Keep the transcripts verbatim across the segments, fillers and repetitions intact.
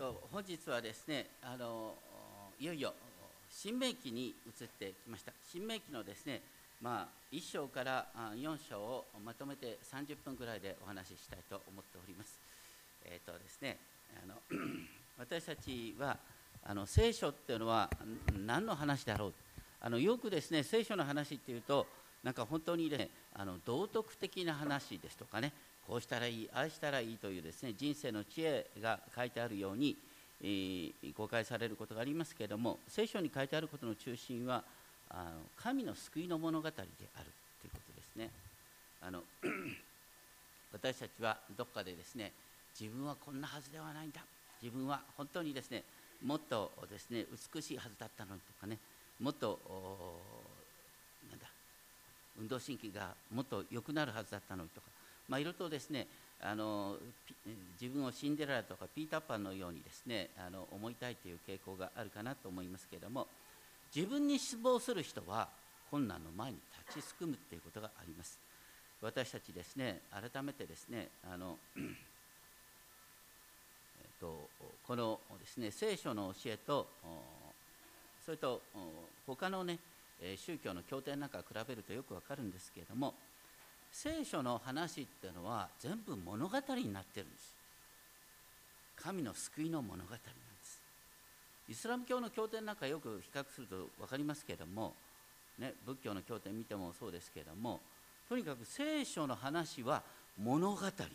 と本日はですね、あのいよいよ新明記に移ってきました。新明記のですね、まあ、いっ章からよん章をまとめてさんじゅっぷんぐらいでお話ししたいと思っております。えっ、ー、とですね、あの私たちはあの聖書っていうのは何の話だろう。あのよくですね、聖書の話っていうと、なんか本当にですね、あの道徳的な話ですとかね、こうしたらいい、ああしたらいいというですね、人生の知恵が書いてあるように、えー、誤解されることがありますけれども、聖書に書いてあることの中心はあの神の救いの物語であるということですね。あの私たちはどっかでですね、自分はこんなはずではないんだ、自分は本当にですね、もっとですね美しいはずだったのにとかね、もっとなんだ運動神経がもっと良くなるはずだったのにとか、まあ、いろいろとですね、あの自分をシンデレラとかピーターパンのようにですね、あの思いたいという傾向があるかなと思いますけれども、自分に失望する人は困難の前に立ちすくむということがあります。私たちですね、改めてですね、あの、えっと、このですね、聖書の教えと、それと他のね、宗教の経典なんか比べるとよくわかるんですけれども、聖書の話っていうのは全部物語になってるんです。神の救いの物語なんです。イスラム教の経典なんかよく比較すると分かりますけれども、ね、仏教の経典見てもそうですけれども、とにかく聖書の話は物語なんです。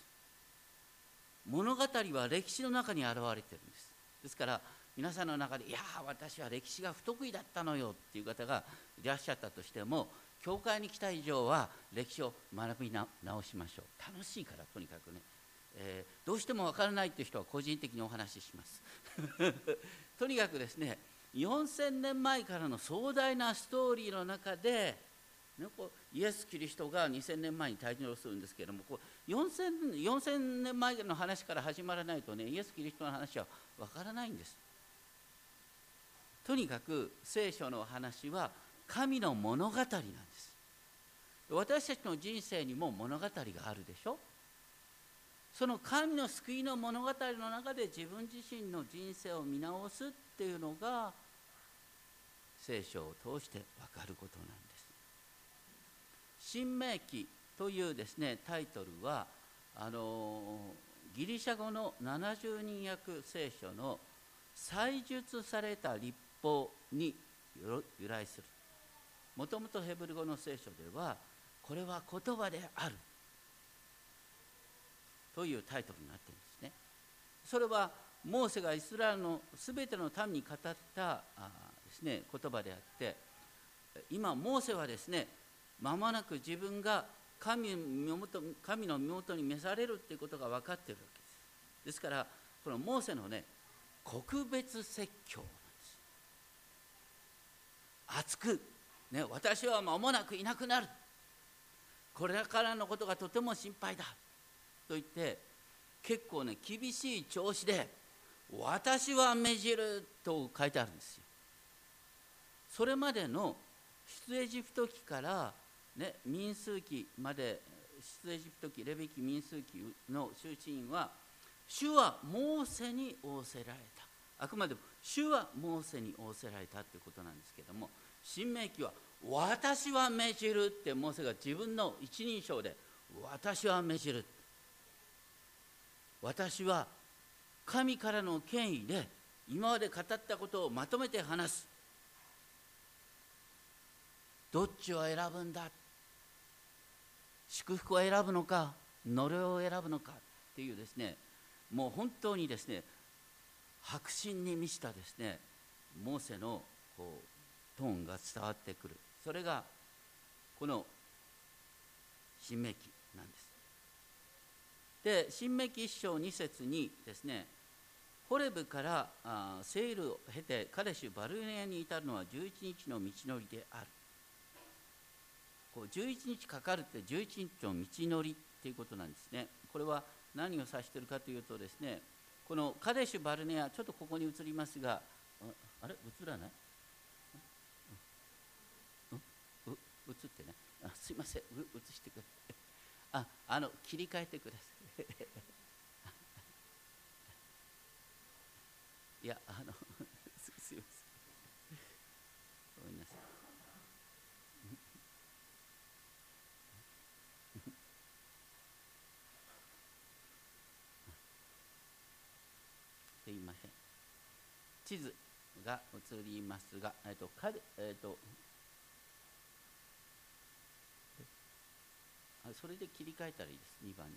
物語は歴史の中に現れてるんです。ですから皆さんの中で、いや私は歴史が不得意だったのよっていう方がいらっしゃったとしても、教会に来た以上は歴史を学び直しましょう。楽しいからとにかくね、えー、どうしてもわからないという人は個人的にお話ししますとにかくですね、よんせんねんまえからの壮大なストーリーの中で、ね、こうイエス・キリストがにせんねんまえに誕生するんですけれども、こうよんせんねんまえの話から始まらないとね、イエス・キリストの話はわからないんです。とにかく聖書の話は神の物語なんです。私たちの人生にも物語があるでしょ。その神の救いの物語の中で自分自身の人生を見直すっていうのが聖書を通して分かることなんです。新明記というですねタイトルはあのギリシャ語のななじゅうにん訳聖書の採述された律法に由来する。もともとヘブル語の聖書ではこれは言葉であるというタイトルになっているんですね。それはモーセがイスラエルのすべての民に語ったですね言葉であって、今モーセはですね間もなく自分が神の身元、神の身元に召されるということが分かっているわけです。ですからこのモーセのね告別説教なんです。熱く、ね、私は間もなくいなくなる、これからのことがとても心配だと言って、結構ね厳しい調子で私は命じると書いてあるんですよ。それまでの出エジプト記から、ね、民数記まで、出エジプト記、レビ記、民数記の終身は主はモーセに仰せられた。あくまでも主はモーセに仰せられたということなんですけれども、新明記は私は命じるってモーセが自分の一人称で私は命じる、私は神からの権威で今まで語ったことをまとめて話す。どっちを選ぶんだ、祝福を選ぶのか呪いを選ぶのかっていうですね、もう本当にですね迫真に満ちたですねモーセのこうトーンが伝わってくる。それがこの新明記なんです。で、新明記一章二節にですね、ホレブからあセイルを経てカデシュバルネアに至るのはじゅういちにちの道のりである。こうじゅういちにちかかるってじゅういちにちの道のりっていうことなんですね。これは何を指しているかというとですね、このカデシュバルネア、ちょっとここに移りますが、あ, あれ映らない？ううう映ってね、あすいません、う映してください。ああの切り替えてくださいいや、あのす、すいません。ごめんなさい。すいません。地図が映りますが、えっと、かえっと、あそれで切り替えたらいいです、にばんに。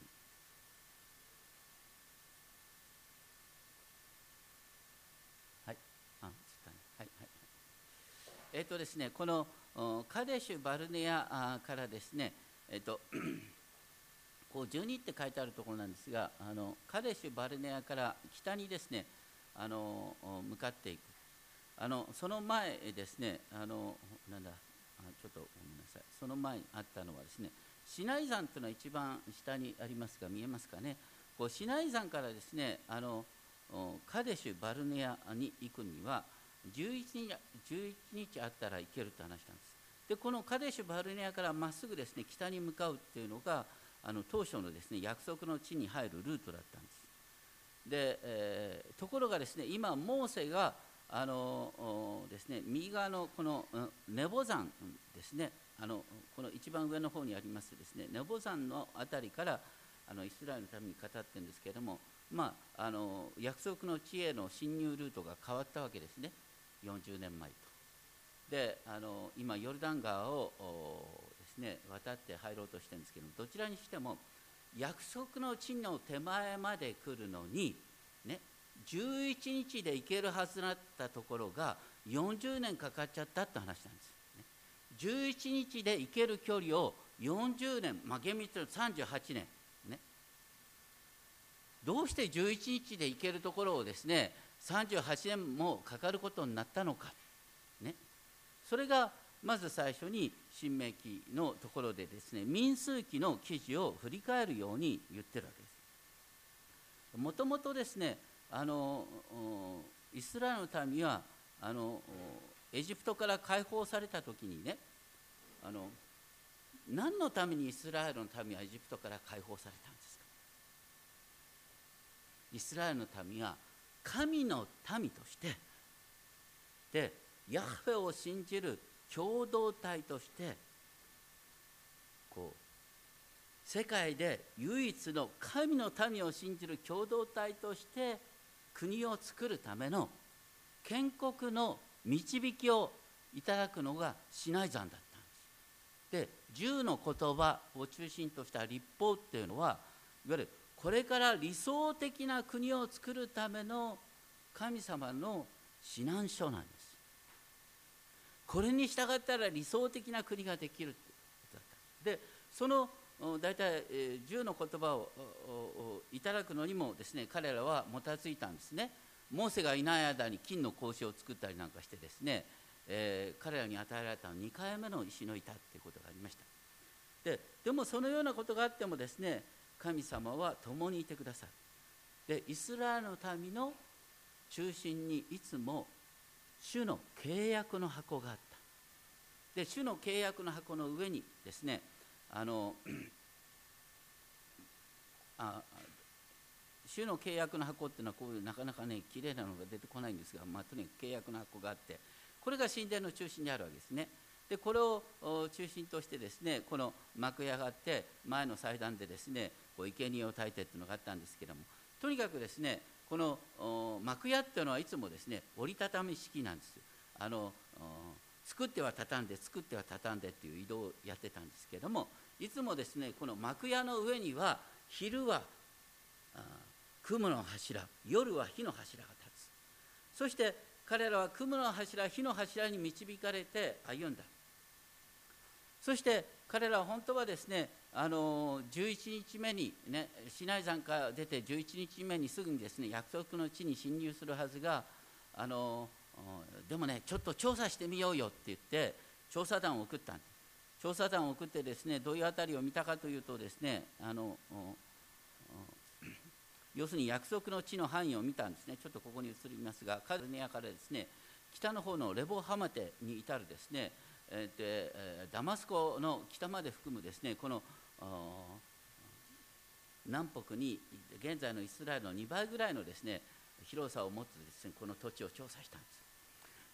はい、あ、映ったね。はいはい。えっとですね、このカデシュ・バルネアからですね、えっと、こうじゅうにって書いてあるところなんですが、あのカデシュ・バルネアから北にですね、あの向かっていく。あのその前ですね、あのなんだあ、ちょっとごめんなさい、その前にあったのはですね、シナイ山というのは一番下にありますが、見えますかね。こうシナイ山からですね、あのカデシュ・バルネアに行くにはじゅういちにち、じゅういちにちあったら行けると話したんです。で、このカデシュ・バルネアからまっすぐですね、北に向かうっていうのが、あの当初のですね、約束の地に入るルートだったんです。で、えー、ところがですね、今モーセがあのですね、右側のこのネボ山ですね、あのこの一番上の方にありますですね、ネボ山のあたりからあのイスラエルのために語ってるんですけれども、まあ、あの約束の地への侵入ルートが変わったわけですね、よんじゅうねんまえと。で、あの今ヨルダン川をですね、渡って入ろうとしてるんですけども、どちらにしても約束の地の手前まで来るのにね、じゅういちにちで行けるはずだったところがよんじゅうねんかかっちゃったって話なんです、ね、じゅういちにちで行ける距離をよんじゅうねん、まあ、厳密にさんじゅうはちねん、ね、どうしてじゅういちにちで行けるところをですねさんじゅうはちねんもかかることになったのか、ね、それがまず最初に新明記のところでですね、民数記の記事を振り返るように言ってるわけです。もともとですね、あのイスラエルの民はあのエジプトから解放された時にね、あの何のためにイスラエルの民はエジプトから解放されたんですか。イスラエルの民は神の民としてで、ヤハウェを信じる共同体としてこう世界で唯一の神の民を信じる共同体として国を作るための建国の導きをいただくのがシナイ山だったんです。で、十の言葉を中心とした律法っていうのはいわゆるこれから理想的な国を作るための神様の指南書なんです。これに従ったら理想的な国ができるってことだった。で、その大体じゅうの言葉をいただくのにもですね、彼らはもたついたんですね。モーセがいない間に金の格子を作ったりなんかしてですね、えー、彼らに与えられたにかいめの石の板ということがありました。で、でもそのようなことがあってもですね、神様は共にいてくださる。で、イスラエルの民の中心にいつも主の契約の箱があった。で、主の契約の箱の上にですね、あのあ主の契約の箱っていうのはこういうなかなかね綺麗なのが出てこないんですが、まあ、とにかく契約の箱があって、これが神殿の中心にあるわけですね。で、これを中心としてですね、この幕屋があって、前の祭壇でですねこう生贄を焚いてっていうのがあったんですけども、とにかくですね、この幕屋っていうのはいつもですね折りたたみ式なんです。あの作っては畳んで作っては畳んでっていう移動をやってたんですけども、いつもですねこの幕屋の上には昼は雲の柱、夜は火の柱が立つ。そして彼らは雲の柱、火の柱に導かれて歩んだ。そして彼らは本当はですね、あのじゅういちにちめにね、シナイ山から出てじゅういちにちめにすぐにですね約束の地に侵入するはずが、あのでもねちょっと調査してみようよって言って調査団を送ったんです。調査団を送ってですね、どういうあたりを見たかというとですね、あの要するに約束の地の範囲を見たんですね。ちょっとここに移りますが、カルネアからですね北の方のレボハマテに至るですね、えーでダマスコの北まで含むですねこの南北に現在のイスラエルのにばいぐらいのですね広さを持つですね、この土地を調査したんです。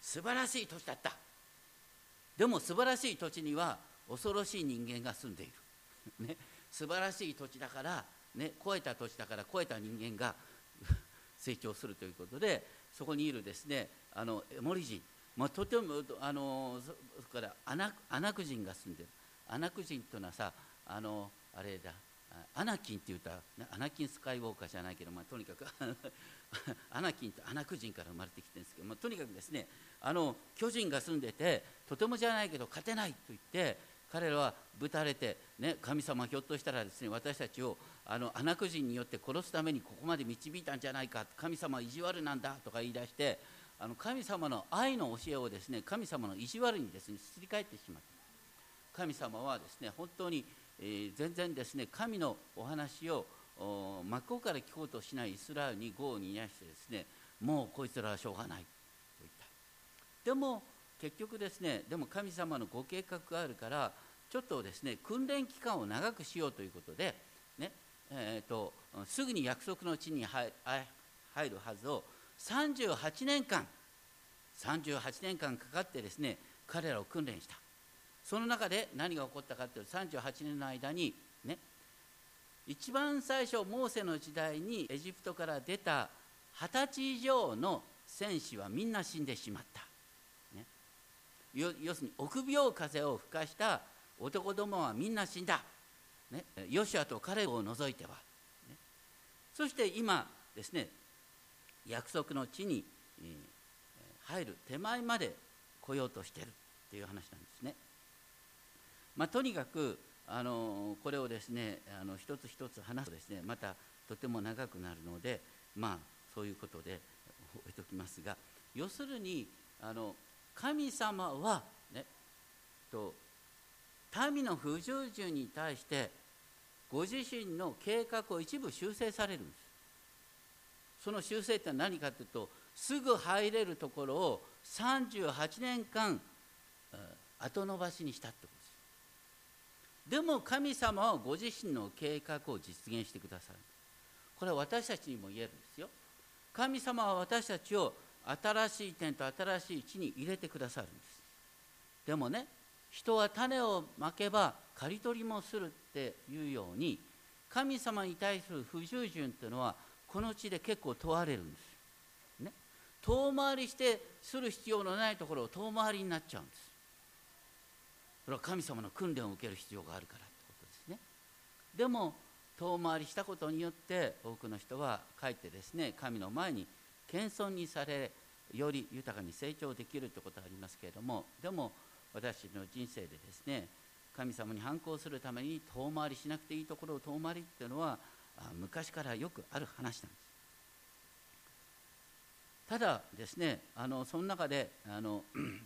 素晴らしい土地だった。でも素晴らしい土地には恐ろしい人間が住んでいる、ね、素晴らしい土地だから、ね、肥えた土地だから肥えた人間が成長するということで、そこにいるですね、あのエモリ人、まあ、とてもあのそれからアナアナク人が住んでる。アナク人というのはさ、あのあれだ、アナキンって言ったらアナキンスカイウォーカーじゃないけど、まあ、とにかくアナキンとアナク人から生まれてきてるんですけど、まあ、とにかくですね、あの巨人が住んでてとてもじゃないけど勝てないと言って彼らはぶたれて、ね、神様ひょっとしたらですね、私たちをあのアナク人によって殺すためにここまで導いたんじゃないか、神様は意地悪なんだとか言い出して、あの神様の愛の教えをですね、神様の意地悪にですねすり替えてしまった。神様はですね、本当に、えー、全然ですね、神のお話を真っ向から聞こうとしないイスラエルに業を煮やしてですね、もうこいつらはしょうがないと言った。でも結局ですね、でも神様のご計画があるから、ちょっとですね、訓練期間を長くしようということで、ねえー、とすぐに約束の地に入るはずをさんじゅうはちねんかんさんじゅうはちねんかんかかってですね、彼らを訓練した。その中で何が起こったかというと、さんじゅうはちねんの間にね、一番最初モーセの時代にエジプトから出たはたち以上の戦士はみんな死んでしまった、ね、要するに臆病風を吹かした男どもはみんな死んだ、ね、ヨシュアとカレブを除いては、ね、そして今ですね、約束の地に入る手前まで来ようとしているという話なんですね。まあ、とにかくあのこれをですね、あの一つ一つ話すとですね、またとても長くなるので、まあそういうことで置いときますが、要するにあの神様はねと民の不従順に対してご自身の計画を一部修正されるんです。その修正って何かというと、すぐ入れるところをさんじゅうはちねんかん後延ばしにしたってことです。でも神様はご自身の計画を実現してくださる。これは私たちにも言えるんですよ。神様は私たちを新しい天と新しい地に入れてくださるんです。でもね、人は種をまけば刈り取りもするっていうように、神様に対する不従順というのはこの地で結構問われるんです、ね、遠回りしてする必要のないところを遠回りになっちゃうんです。それは神様の訓練を受ける必要があるからってことですね。でも遠回りしたことによって多くの人はかえってですね、神の前に謙遜にされ、より豊かに成長できるということがありますけれども、でも私の人生でですね、神様に反抗するために遠回りしなくていいところを遠回りっていうのは昔からよくある話なんです。ただですね、あのその中であの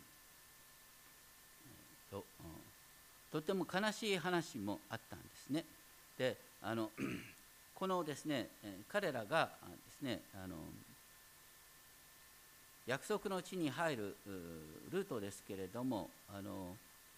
と, とても悲しい話もあったんですね。で、あのこのですね、彼らがですね、あの約束の地に入るルートですけれども、あの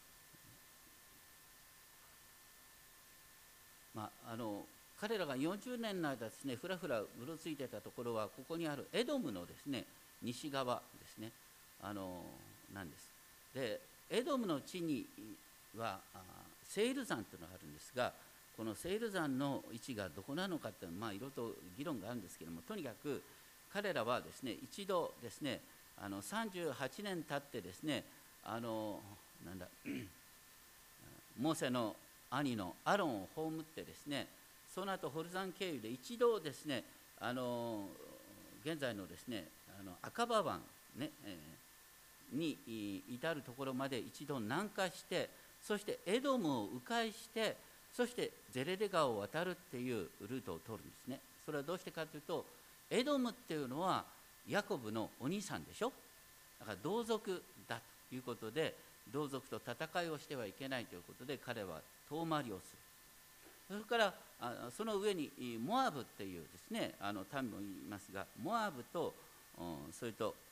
まあ、あの彼らがよんじゅうねんの間ですね、ふらふらうろついてたところは、ここにあるエドムのですね、西側ですね、あのなんです。で、エドムの地にはセイル山というのがあるんですが、このセイル山の位置がどこなのかっていうのは、まあいろいろと議論があるんですけれども、とにかく彼らはですね、一度ですね、あのさんじゅうはちねん経ってですね、あのなんだモーセの兄のアロンを葬ってですね、その後ホルザン経由で一度ですね、あの現在のですね、あの赤羽湾ね、えー、に至るところまで一度南下して、そしてエドムを迂回して、そしてゼレデ川を渡るっていうルートを通るんですね。それはどうしてかというと、エドムっていうのはヤコブのお兄さんでしょ。だから同族だということで、同族と戦いをしてはいけないということで、彼は遠回りをする。それからその上にモアブっていうですね、あの民もいますが、モアブとそれと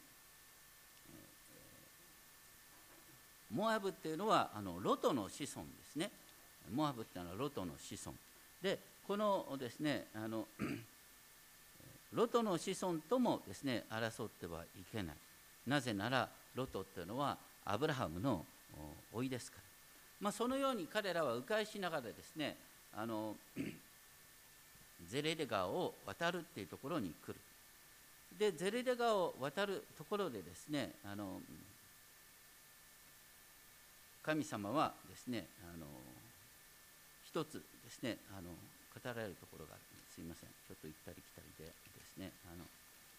モアブっていうのはあのロトの子孫ですね。モアブっていうのはロトの子孫で、このですね、あのロトの子孫ともですね争ってはいけない。なぜならロトというのはアブラハムの甥ですから。まあ、そのように彼らは迂回しながらですねあのゼレデ川を渡るっていうところに来る。でゼレデ川を渡るところでですねあの神様はですねあの一つですねあの語られるところがある。すいません、ちょっと行ったり来たりでですねあの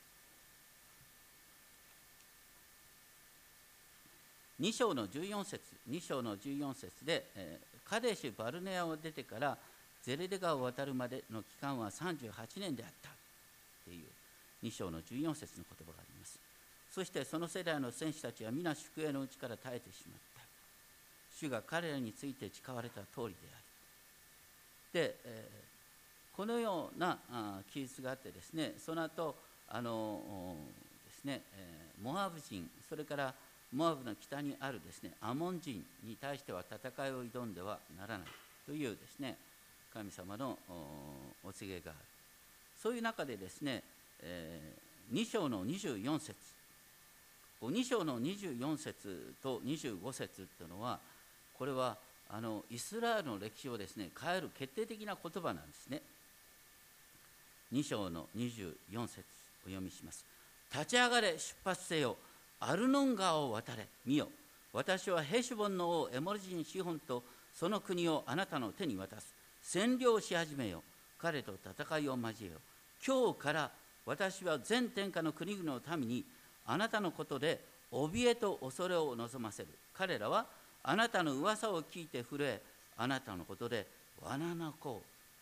に章のじゅうよん節に章のじゅうよん節で、えー、カデシュ・バルネアを出てからゼレデ川を渡るまでの期間はさんじゅうはちねんであったというに章のじゅうよん節の言葉があります。そしてその世代の戦士たちは皆宿営のうちから耐えてしまった。主が彼らについて誓われた通りである。で、えー、このような記述があってですねその後あのですね、えー、モアブ人それからモアブの北にあるですねアモン人に対しては戦いを挑んではならないというですね神様のお告げがある。そういう中でですね、えー、に章のにじゅうよん節に章のにじゅうよん節とにじゅうご節というのはこれはあのイスラエルの歴史をですね変える決定的な言葉なんですね。に章のにじゅうよん節お読みします。立ち上がれ出発せよアルノン川を渡れ見よ私はヘシュボンの王エモリ人シホンとその国をあなたの手に渡す。占領し始めよ彼と戦いを交えよ。今日から私は全天下の国々の民にあなたのことで怯えと恐れを望ませる。彼らはあなたの噂を聞いて震えあなたのことでわななこ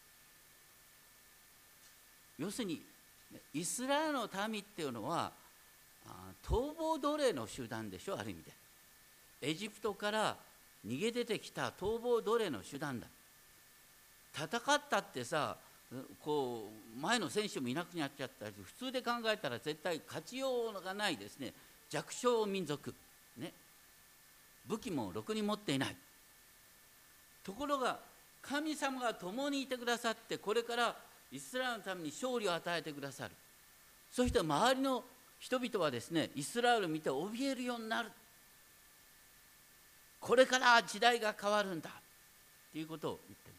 う。要するにイスラエルの民っていうのは逃亡奴隷の集団でしょ。ある意味でエジプトから逃げ出てきた逃亡奴隷の集団だ。戦ったってさこう前の選手もいなくなっちゃったし普通で考えたら絶対勝ちようがないですね弱小民族ね武器もろくに持っていない。ところが神様が共にいてくださってこれからイスラエルのために勝利を与えてくださる。そして周りの人々はですねイスラエルを見て怯えるようになる。これから時代が変わるんだということを言っています。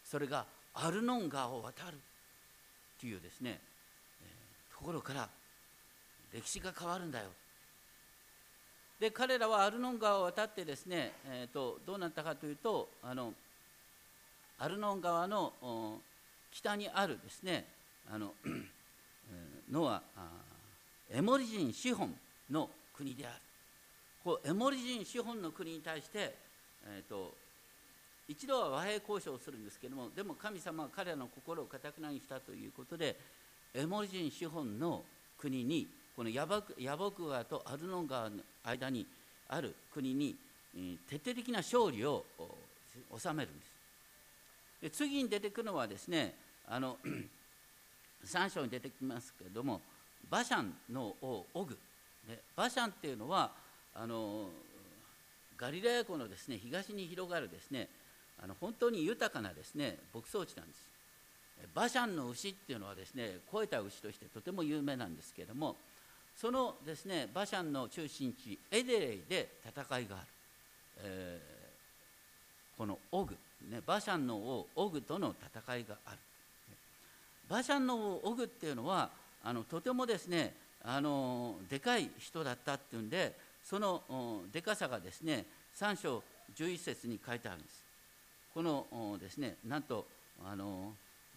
それがアルノン川を渡るというですね、えー、ところから歴史が変わるんだよ。で彼らはアルノン川を渡ってですね、えー、とどうなったかというとあのアルノン川の北にあるですねあののはエモリ人シホンの国である。こうエモリ人シホンの国に対して、えー、と一度は和平交渉をするんですけれどもでも神様は彼らの心をかたくなにしたということでエモリ人シホンの国にこのヤボク川とアルノン川の間にある国に徹底的な勝利を収めるんです。で次に出てくるのはですねあのさん章に出てきますけれどもバシャンの王オグ。バシャンっていうのはあのガリラヤ湖のですね東に広がるですねあの本当に豊かなですね牧草地なんです。バシャンの牛っていうのはですね肥えた牛としてとても有名なんですけれどもそのですねバシャンの中心地エデレイで戦いがある、えー、このオグ、ね、バシャンの王オグとの戦いがある。バシャンの王オグっていうのはあのとてもですねあのでかい人だったっていうんでそのでかさがですねさん章じゅういち節に書いてあるんです。このですねなんとあの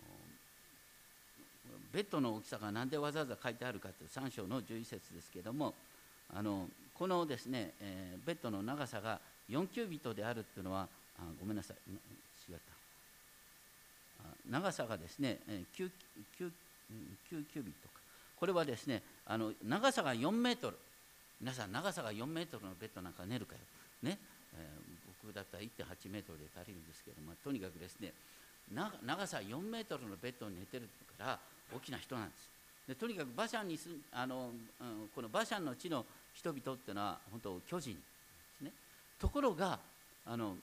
ベッドの大きさが何でわざわざ書いてあるかというさん章のじゅういち節ですけれどもあのこのですね、えー、ベッドの長さがよんキュービットであるというのはあごめんなさい違った長さがですね 9, 9, 9キュービットかこれはですねあの長さがよんメートル皆さん長さがよんメートルのベッドなんか寝るかよね、えー、僕だったら いってんはちメートルで足りるんですけどもとにかくですね長さよんメートルのベッドに寝てるから大きな人なんです。でとにかくバシャンにすあの、うん、このバシャンの地の人々っていうのは本当巨人ですね。ところがあの、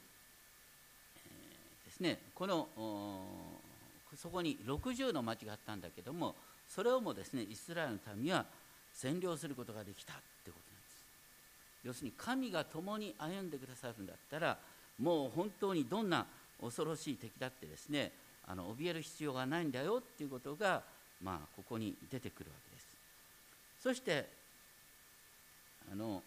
えー、ですねこのそこにろくじゅうの町があったんだけどもそれをもですねイスラエルの民は占領することができたってことなんです。要するに神が共に歩んでくださるんだったら、もう本当にどんな恐ろしい敵だってですねあの怯える必要がないんだよっていうことが、まあ、ここに出てくるわけです。そしてあの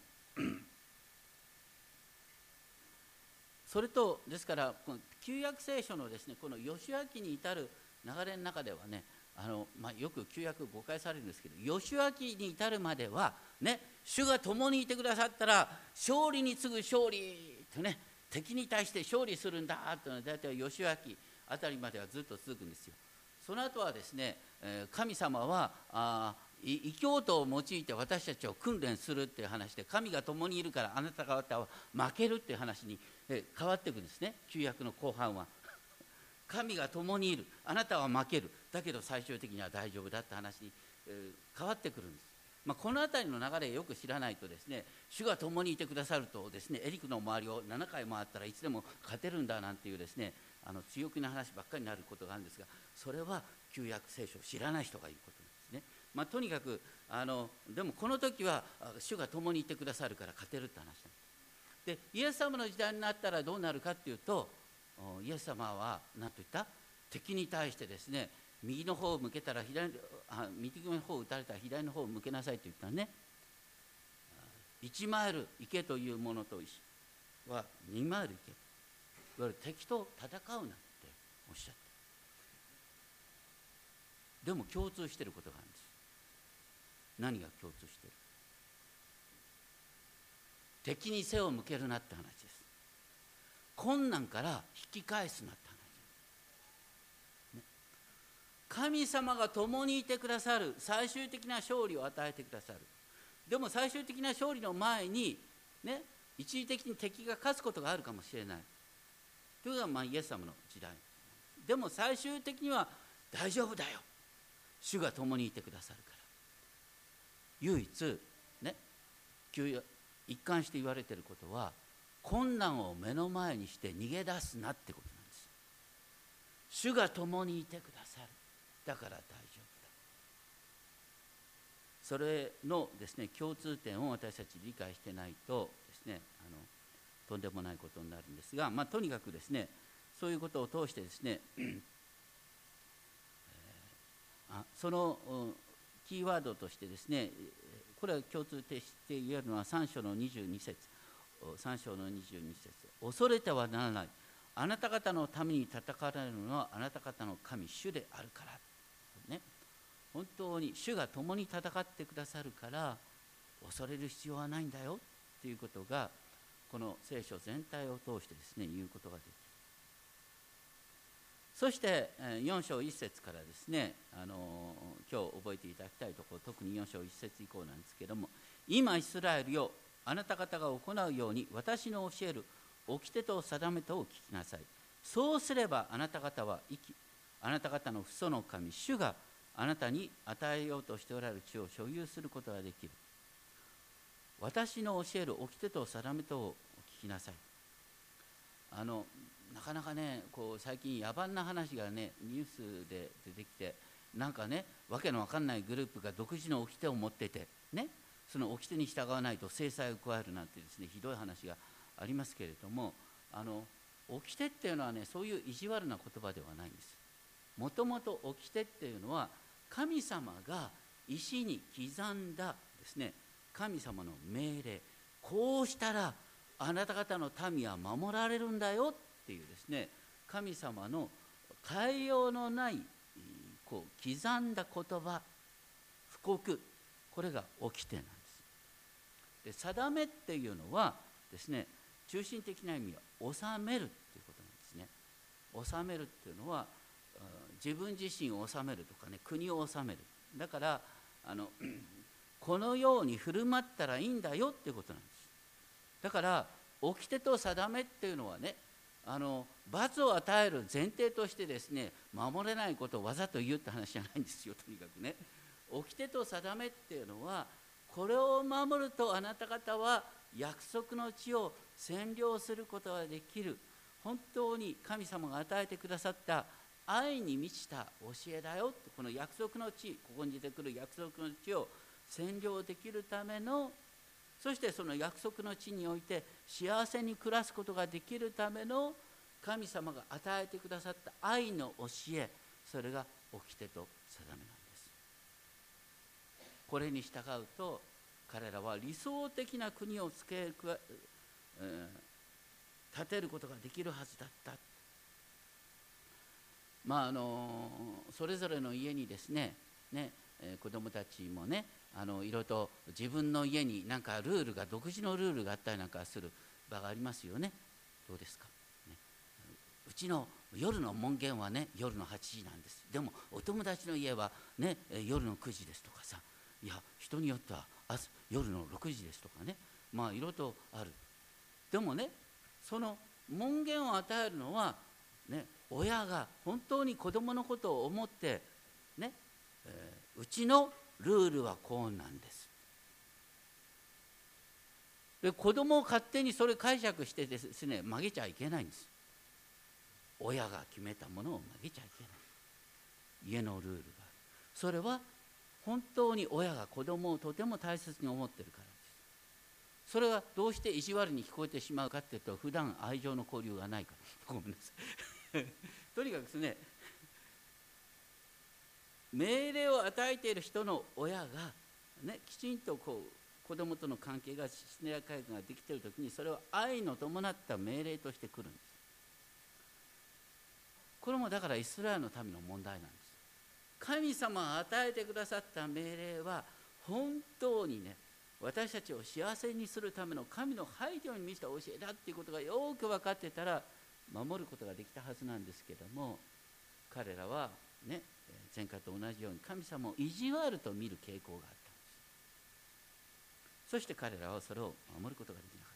それとですからこの旧約聖書のですねこのヨシュア記に至る流れの中ではねあの、まあ、よく旧約誤解されるんですけど、ヨシュア記に至るまではね主が共にいてくださったら勝利に次ぐ勝利とね、敵に対して勝利するんだというのは大体ヨシュア記あたりまではずっと続くんですよ。その後はですね神様はあ異教徒を用いて私たちを訓練するっていう話で、神が共にいるからあなた方は負けるっていう話に変わっていくんですね。旧約の後半は神が共にいる、あなたは負ける、だけど最終的には大丈夫だって話に変わってくるんです。まあ、この辺りの流れをよく知らないとですね、主が共にいてくださるとですね、エリクの周りをななかい回ったらいつでも勝てるんだなんていうですね、あの強気な話ばっかりになることがあるんですが、それは旧約聖書を知らない人が言うことなんですね。まあ、とにかくあのでもこの時は主が共にいてくださるから勝てるって話なんです。でイエス様の時代になったらどうなるかっていうと、イエス様は何と言った？敵に対してですね、右の方を向けたら左あ右の方を打たれたら左の方を向けなさいと言ったね。いちマイル行けというものとはにマイル行け、いわゆる敵と戦うなっておっしゃって、でも共通していることがあるんです。何が共通している？敵に背を向けるなって話です。困難から引き返すなって話、ね、神様が共にいてくださる、最終的な勝利を与えてくださる。でも最終的な勝利の前にね、一時的に敵が勝つことがあるかもしれないというのがまあイエス様の時代。でも最終的には大丈夫だよ、主が共にいてくださるから。唯一ね、一貫して言われていることは、困難を目の前にして逃げ出すなってことなんです。主が共にいてくださる、だから大丈夫だ。それのですね共通点を私たち理解してないとですね、あのとんでもないことになるんですが、まあ、とにかくですねそういうことを通してですね、えー、あそのキーワードとしてですね、これは共通して言えるのはさん章のにじゅうに節、さん章のにじゅうに節、恐れてはならない、あなた方のために戦われるのはあなた方の神主であるからね。本当に主が共に戦ってくださるから恐れる必要はないんだよっていうことが、この聖書全体を通してですね言うことができる。そしてよん章いち節からですね、あの今日覚えていただきたいところ、特によん章いち節以降なんですけども、今イスラエルよ、あなた方が行うように私の教える掟と定めとを聞きなさい。そうすればあなた方は生き、あなた方の父祖の神主があなたに与えようとしておられる地を所有することができる。私の教える掟と定めとを聞きなさい。あのなかなかね、こう最近野蛮な話がねニュースで出てきて、なんかねわけのわかんないグループが独自の掟を持っててね、その掟に従わないと制裁を加えるなんてですねひどい話がありますけれども、あの掟っていうのはねそういう意地悪な言葉ではないんです。もともと掟っていうのは神様が石に刻んだですね神様の命令、こうしたらあなた方の民は守られるんだよっていうですね神様の変えようのないこう刻んだ言葉、布告、これが掟なんです。で定めっていうのはですね中心的な意味は治めるっていうことなんですね。治めるっていうのは自分自身を治めるとかね、国を治める。だからあのこのように振る舞ったらいいんだよっていうことなんです。だから掟と定めっていうのはね、あの罰を与える前提としてですね守れないことをわざと言うって話じゃないんですよ。とにかくね、掟と定めっていうのはこれを守るとあなた方は約束の地を占領することができる、本当に神様が与えてくださった愛に満ちた教えだよ。この約束の地、ここに出てくる約束の地を占領できるための、そしてその約束の地において幸せに暮らすことができるための神様が与えてくださった愛の教え、それが掟と定めなんです。これに従うと彼らは理想的な国をつけ、えー、建てることができるはずだった。まああのそれぞれの家にですね、ね、えー、子どもたちもね、あのいろいろと自分の家になんかルールが、独自のルールがあったりなんかする場がありますよね。どうですか、ね、うちの夜の門限はね夜のはちじなんです。でもお友達の家はね夜のくじですとかさ、いや人によっては朝夜のろくじですとかね、まあいろいろとある。でもね、その門限を与えるのはね、親が本当に子供のことを思ってね、えー、うちのルールはこうなんです。で、子供を勝手にそれ解釈してですね、曲げちゃいけないんです。親が決めたものを曲げちゃいけない。家のルールがある。それは本当に親が子供をとても大切に思ってるからです。それがどうして意地悪に聞こえてしまうかっていうと、普段愛情の交流がないから。ごめんなさい。とにかくですね、命令を与えている人の親が、ね、きちんとこう子供との関係が信頼関係ができているときに、それは愛の伴った命令としてくるんです。これもだからイスラエルの民の問題なんです。神様が与えてくださった命令は本当にね、私たちを幸せにするための神の配慮に満ちた教えだっていうことがよく分かってたら守ることができたはずなんですけども、彼らはね、前回と同じように神様を意地悪と見る傾向があったんです。そして彼らはそれを守ることができなか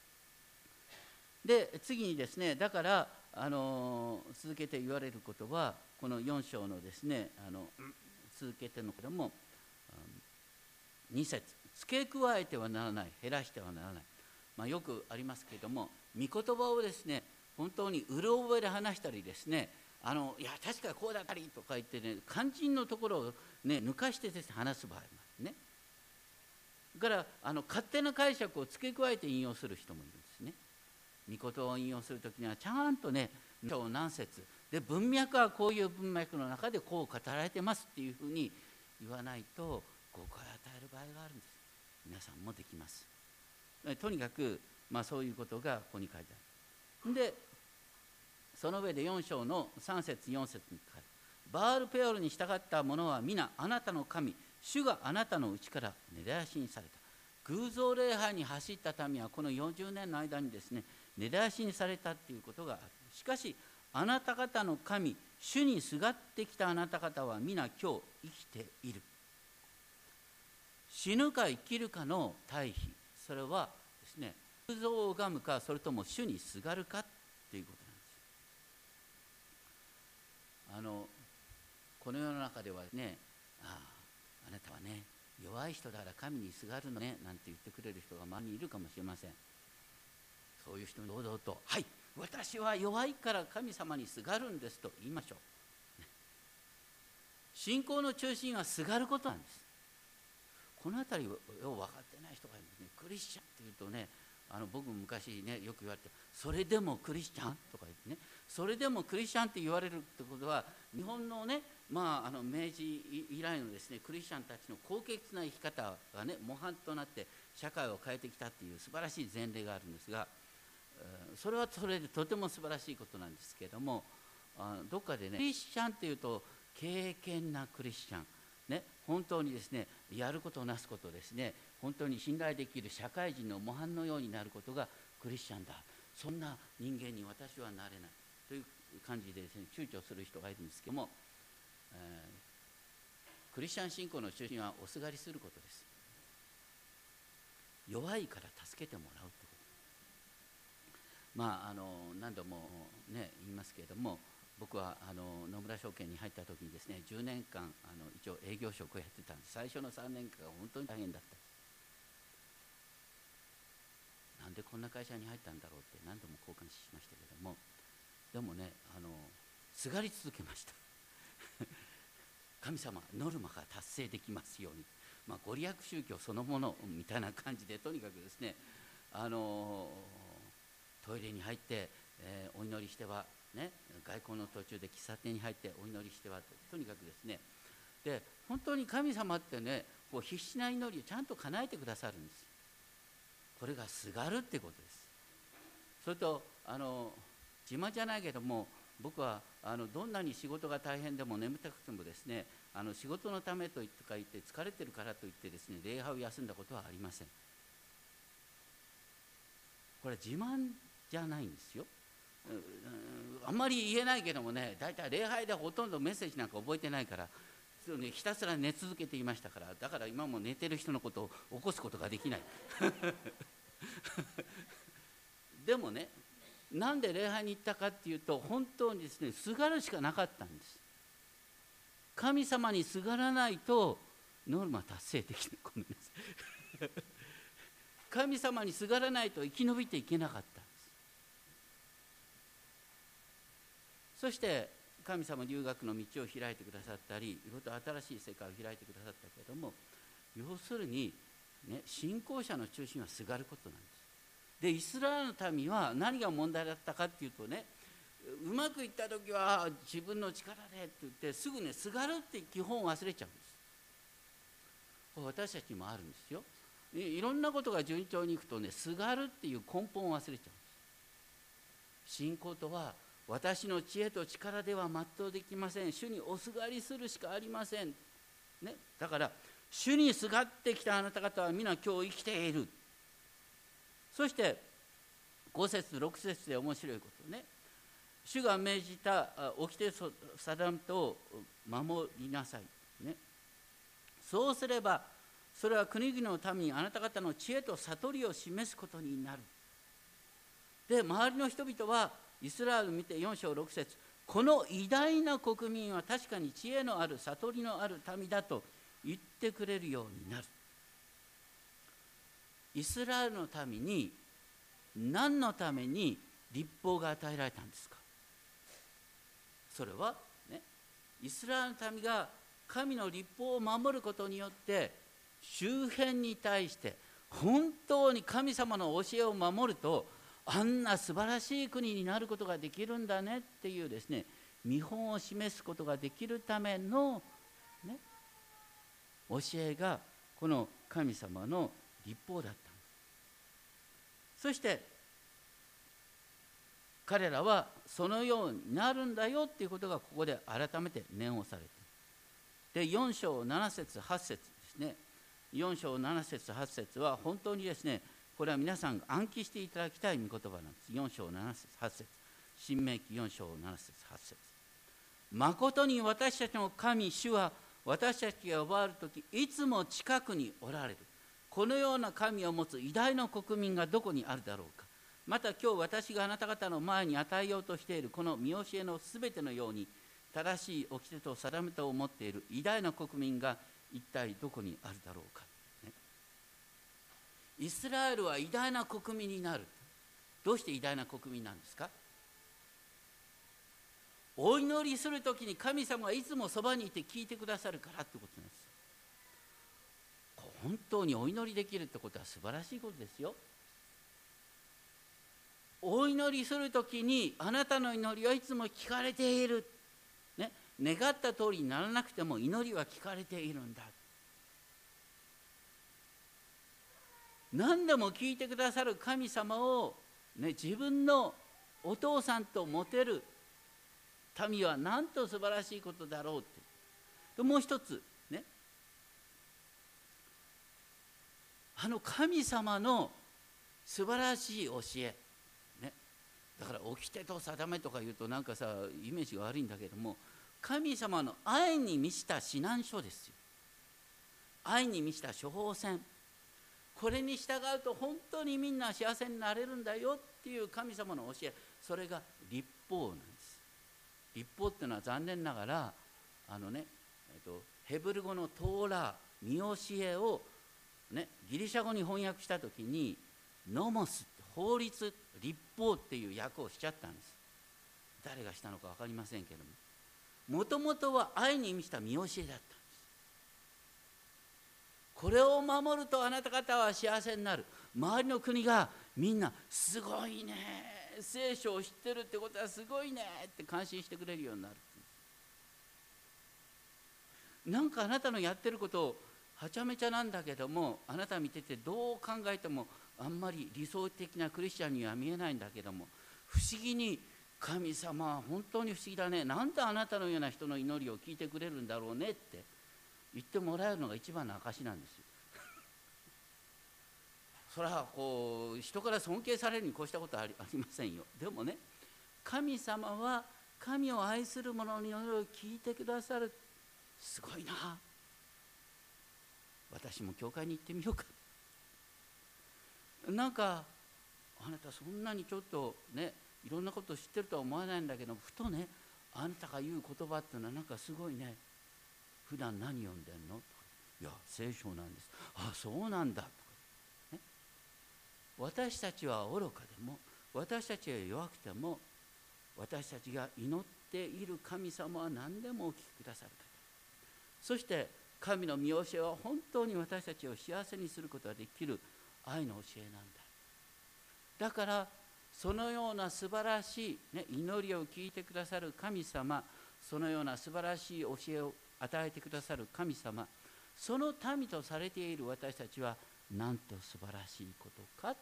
った。で、次にですね、だからあの続けて言われることは、このよん章のですね、あの続けてのけどもに節、付け加えてはならない、減らしてはならない、まあ、よくありますけれども、御言葉をですね本当にうろ覚えで話したりですね、あのいや確かこうだったりとか言ってね、肝心のところをね抜かしてですね話す場合もあるね。だからあの勝手な解釈を付け加えて引用する人もいるんですね。御言葉を引用するときにはちゃんとね、何節で文脈はこういう文脈の中でこう語られてますっていうふうに言わないと誤解を与える場合があるんです。皆さんもできます。とにかく、まあ、そういうことがここに書いてある。でその上でよん章のさん節よん節に書かれる。バールペオルに従った者は皆あなたの神、主があなたのうちから根絶やしにされた。偶像礼拝に走った民はこのよんじゅうねんの間にですね根絶やしにされたということがある。しかしあなた方の神、主にすがってきたあなた方は皆今日生きている。死ぬか生きるかの対比、それはですね、偶像を拝むかそれとも主にすがるかということなんです。あのこの世の中ではね、ああ、あなたはね弱い人だから神にすがるのねなんて言ってくれる人が周りにいるかもしれません。そういう人に堂々と、はい、私は弱いから神様にすがるんですと言いましょう。信仰の中心はすがることなんです。このあたりをよう分かってない人がいますね。クリスチャンっていうとね、あの僕も昔ねよく言われて、それでもクリスチャンとか言ってね、それでもクリスチャンって言われるってことは、日本のね、まあ、あの明治以来のですねクリスチャンたちの高潔な生き方がね模範となって社会を変えてきたっていう素晴らしい前例があるんですが、それはそれでとても素晴らしいことなんですけれども、どっかでねクリスチャンっていうと敬虔なクリスチャンね、本当にですねやることなすことですね、本当に信頼できる社会人の模範のようになることがクリスチャンだ、そんな人間に私はなれないという感じでですね躊躇する人がいるんですけども、えー、クリスチャン信仰の中心はおすがりすることです。弱いから助けてもらうということ。まああの何度もね言いますけれども、僕はあの野村証券に入った時にですねじゅうねんかんあの一応営業職をやってたんです。最初のさんねんかんが本当に大変だった。なんでこんな会社に入ったんだろうって何度も交換しましたけれども、でもねあのすがり続けました神様ノルマが達成できますように、まあ、ご利益宗教そのものみたいな感じで、とにかくですね、あのトイレに入って、えー、お祈りしては、ね、外交の途中で喫茶店に入ってお祈りしては、とにかくですね、で本当に神様ってね、こう必死な祈りをちゃんと叶えてくださるんです。これがすがるってことです。それとあの自慢じゃないけども、僕はあのどんなに仕事が大変でも眠たくてもですね、あの仕事のためと言ってか言って疲れてるからといってですね、礼拝を休んだことはありません。これ自慢じゃないんですよ。あんまり言えないけどもね、だいたい礼拝でほとんどメッセージなんか覚えてないから、ね、ひたすら寝続けていましたから、だから今も寝てる人のことを起こすことができないでもね、なんで礼拝に行ったかっていうと、本当にですね、すがるしかなかったんです。神様にすがらないとノルマ達成できない。ごめんなさい神様にすがらないと生き延びていけなかったんです。そして神様留学の道を開いてくださったり、いろいろと新しい世界を開いてくださったけれども、要するに、ね、信仰者の中心はすがることなんです。でイスラエルの民は何が問題だったかっていうとね、うまくいった時は自分の力でって言ってすぐね、すがるって基本を忘れちゃうんです。これ私たちにもあるんですよ。いろんなことが順調にいくとね、すがるっていう根本を忘れちゃうんです。信仰とは、私の知恵と力では全うできません。主におすがりするしかありません、ね、だから主にすがってきたあなた方は皆今日生きている。そしてご節ろく節で面白いことね、主が命じた掟と定めとを守りなさい、ね、そうすればそれは国々のためにあなた方の知恵と悟りを示すことになる。で周りの人々はイスラエルを見てよん章ろく節、この偉大な国民は確かに知恵のある悟りのある民だと言ってくれるようになる。イスラエルの民に何のために律法が与えられたんですか。それはね、イスラエルの民が神の律法を守ることによって周辺に対して本当に神様の教えを守ると、あんな素晴らしい国になることができるんだねっていうですね、見本を示すことができるための、ね、教えがこの神様の律法だった。そして彼らはそのようになるんだよっていうことがここで改めて念をされて、でよん章なな節はち節ですね。よん章なな節はち節は本当にですね、これは皆さんが暗記していただきたい御言葉なんです。よん章なな節はち節、新明記よん章なな節はち節、まことに私たちの神主は私たちが呼ばれるときいつも近くにおられる。このような神を持つ偉大な国民がどこにあるだろうか。また今日私があなた方の前に与えようとしているこの見教えのすべてのように正しい掟と定めとを持っている偉大な国民が一体どこにあるだろうか、ね、イスラエルは偉大な国民になる。どうして偉大な国民なんですか。お祈りするときに神様がいつもそばにいて聞いてくださるからってことなんです。本当にお祈りできるってことは素晴らしいことですよ。お祈りするときにあなたの祈りはいつも聞かれている、ね、願った通りにならなくても祈りは聞かれているんだ。何でも聞いてくださる神様を、ね、自分のお父さんと持てる民はなんと素晴らしいことだろうって。でもう一つね、あの神様の素晴らしい教え、ね、だから掟と定めとか言うとなんかさイメージが悪いんだけども、神様の愛に満ちた指南書ですよ。愛に満ちた処方箋、これに従うと本当にみんな幸せになれるんだよっていう神様の教え、それが律法なんです。律法っていうのは残念ながらあのね、えっと、ヘブル語のトーラー、見教えをね、ギリシャ語に翻訳したときにノモス、法律、律法っていう訳をしちゃったんです。 誰がしたのか分かりませんけども、もともとは愛に満ちた見教えだったんです。これを守るとあなた方は幸せになる。周りの国がみんなすごいね、聖書を知ってるってことはすごいねって感心してくれるようになる。なんかあなたのやってることをはちゃめちゃなんだけども、あなた見ててどう考えてもあんまり理想的なクリスチャンには見えないんだけども、不思議に神様は本当に不思議だね、なんであなたのような人の祈りを聞いてくれるんだろうねって言ってもらえるのが一番の証なんですよ。それはこう人から尊敬されるに越したことはありませんよ。でもね、神様は神を愛する者の祈りを聞いてくださる。すごいな、私も教会に行ってみようか。なんかあなたそんなにちょっとね、いろんなことを知ってるとは思わないんだけど、ふとね、あなたが言う言葉っていうのはなんかすごいね、普段何読んでんのとか、いや聖書なんです。あ、そうなんだとか、ね、私たちは愚かでも、私たちが弱くても、私たちが祈っている神様は何でもお聞きくださる方。そして神の見教えは本当に私たちを幸せにすることができる愛の教えなんだ。だからそのような素晴らしい、ね、祈りを聞いてくださる神様、そのような素晴らしい教えを与えてくださる神様、その民とされている私たちはなんと素晴らしいことか。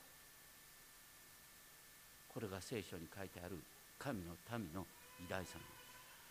これが聖書に書いてある神の民の偉大さなんです。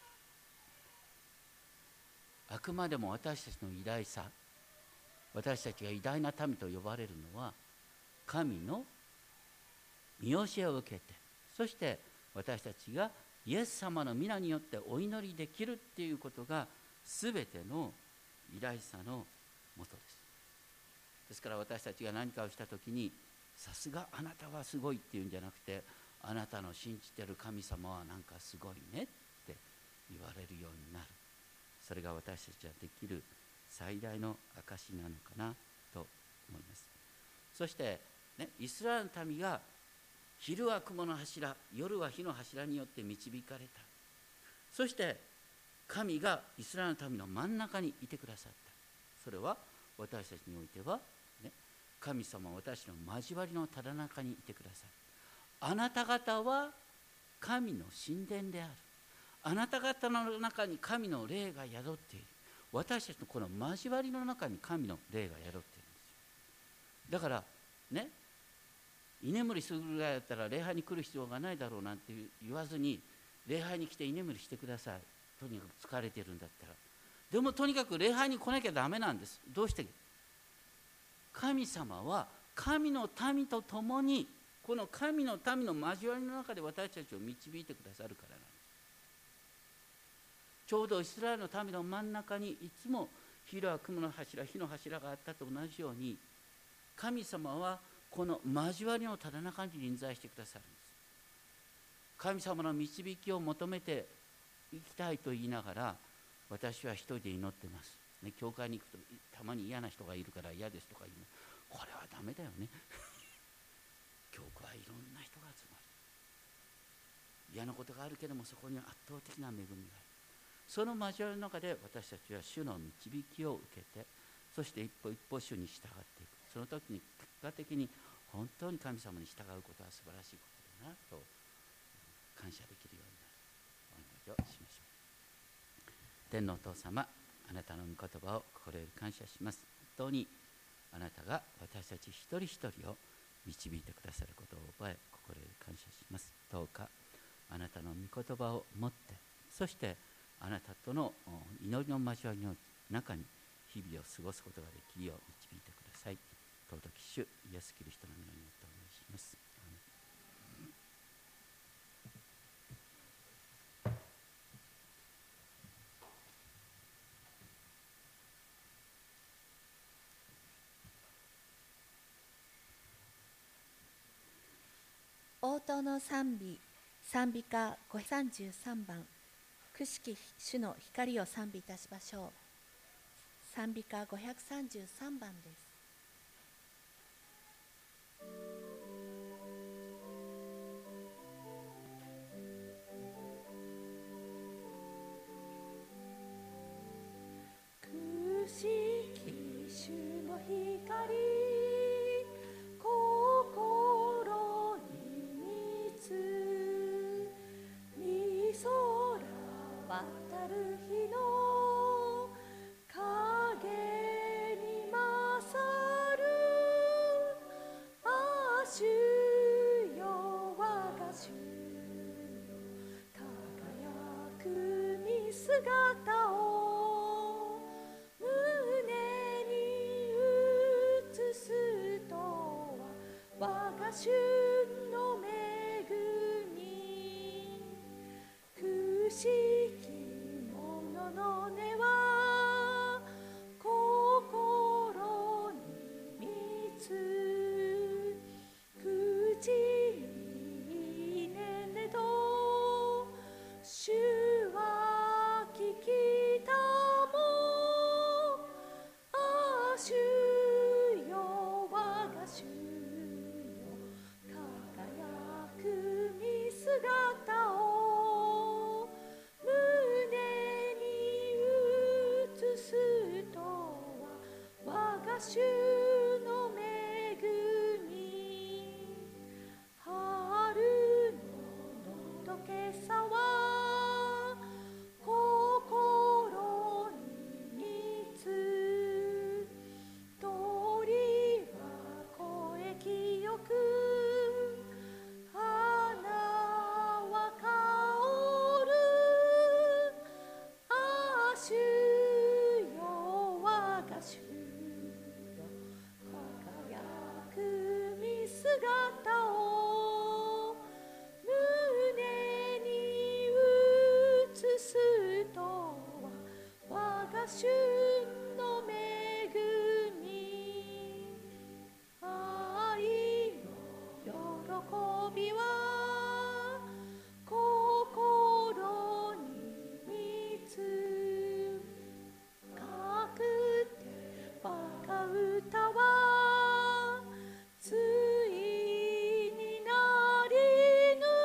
あくまでも私たちの偉大さ、私たちが偉大な民と呼ばれるのは、神の見教えを受けて、そして私たちがイエス様の皆によってお祈りできるっていうことが全ての偉大さのもとです。ですから私たちが何かをしたときに、さすがあなたはすごいっていうんじゃなくて、あなたの信じてる神様はなんかすごいねって言われるようになる。それが私たちができる最大の証なのかなと思います。そして、ね、イスラエルの民が昼は雲の柱、夜は火の柱によって導かれた。そして神がイスラエルの民の真ん中にいてくださった。それは私たちにおいては、ね、神様は私の交わりのただ中にいてくださる。あなた方は神の神殿である。あなた方の中に神の霊が宿っている。私たちのこの交わりの中に神の霊が宿っているんですよ。だからね、居眠りするぐらいだったら礼拝に来る必要がないだろうなんて言わずに、礼拝に来て居眠りしてください。とにかく疲れてるんだったら。でもとにかく礼拝に来なきゃダメなんです。どうして？神様は神の民と共に、この神の民の交わりの中で私たちを導いてくださるからなんです。ちょうどイスラエルの民の真ん中にいつも昼は雲の柱、火の柱があったと同じように、神様はこの交わりのただ中に臨在してくださるんです。神様の導きを求めていきたいと言いながら、私は一人で祈ってます、ね、教会に行くとたまに嫌な人がいるから嫌ですとか言うの、これはダメだよね教会はいろんな人が集まる。嫌なことがあるけども、そこには圧倒的な恵みがある。その交わりの中で私たちは主の導きを受けて、そして一歩一歩主に従っていく。その時に結果的に本当に神様に従うことは素晴らしいことだなと感謝できるようになる。お祈りをしましょう。天のお父様、あなたの御言葉を心より感謝します。本当にあなたが私たち一人一人を導いてくださることを覚え、心より感謝します。どうかあなたの御言葉を持って、そしてあなたとの祈りの交わりの中に日々を過ごすことができるよう導いてください。尊き主イエス・キリストの皆によってお願いします。 応答の賛美、賛美歌ごひゃくさんじゅうさんばん、くしき主の光を賛美いたしましょう。賛美歌ごひゃくさんじゅうさんばんです。 たる日の影に勝る。ああ主よ我が主よ、輝く身姿を胸に映すとは我が主の恵み。くしきものの根は心にみつ、口にねんねと主は聞きたも。ああ主よ我が主よ、輝く身姿を胸に映すとは我が主の恵み。春ののどけさは心にみつ、鳥は声清く、花は香る。ああ主よ我が主よ、輝く身姿を胸に映すとは我が主の恵み。愛の喜びは心にみつ、かくて我が歌はついになりぬ。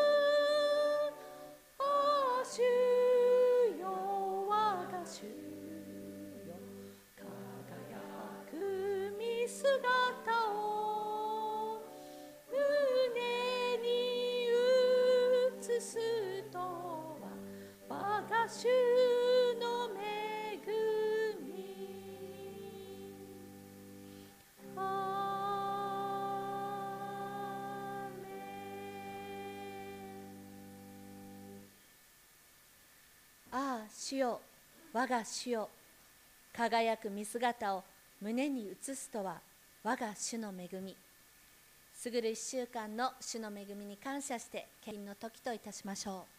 ああ主よ我が主よ、輝く身姿を胸に映すとは我が主の恵み。アーメン。 ああ主よ我が主よ、輝く身姿を胸に映すとは我が主の恵み。過ぐる一週間の主の恵みに感謝して献金の時といたしましょう。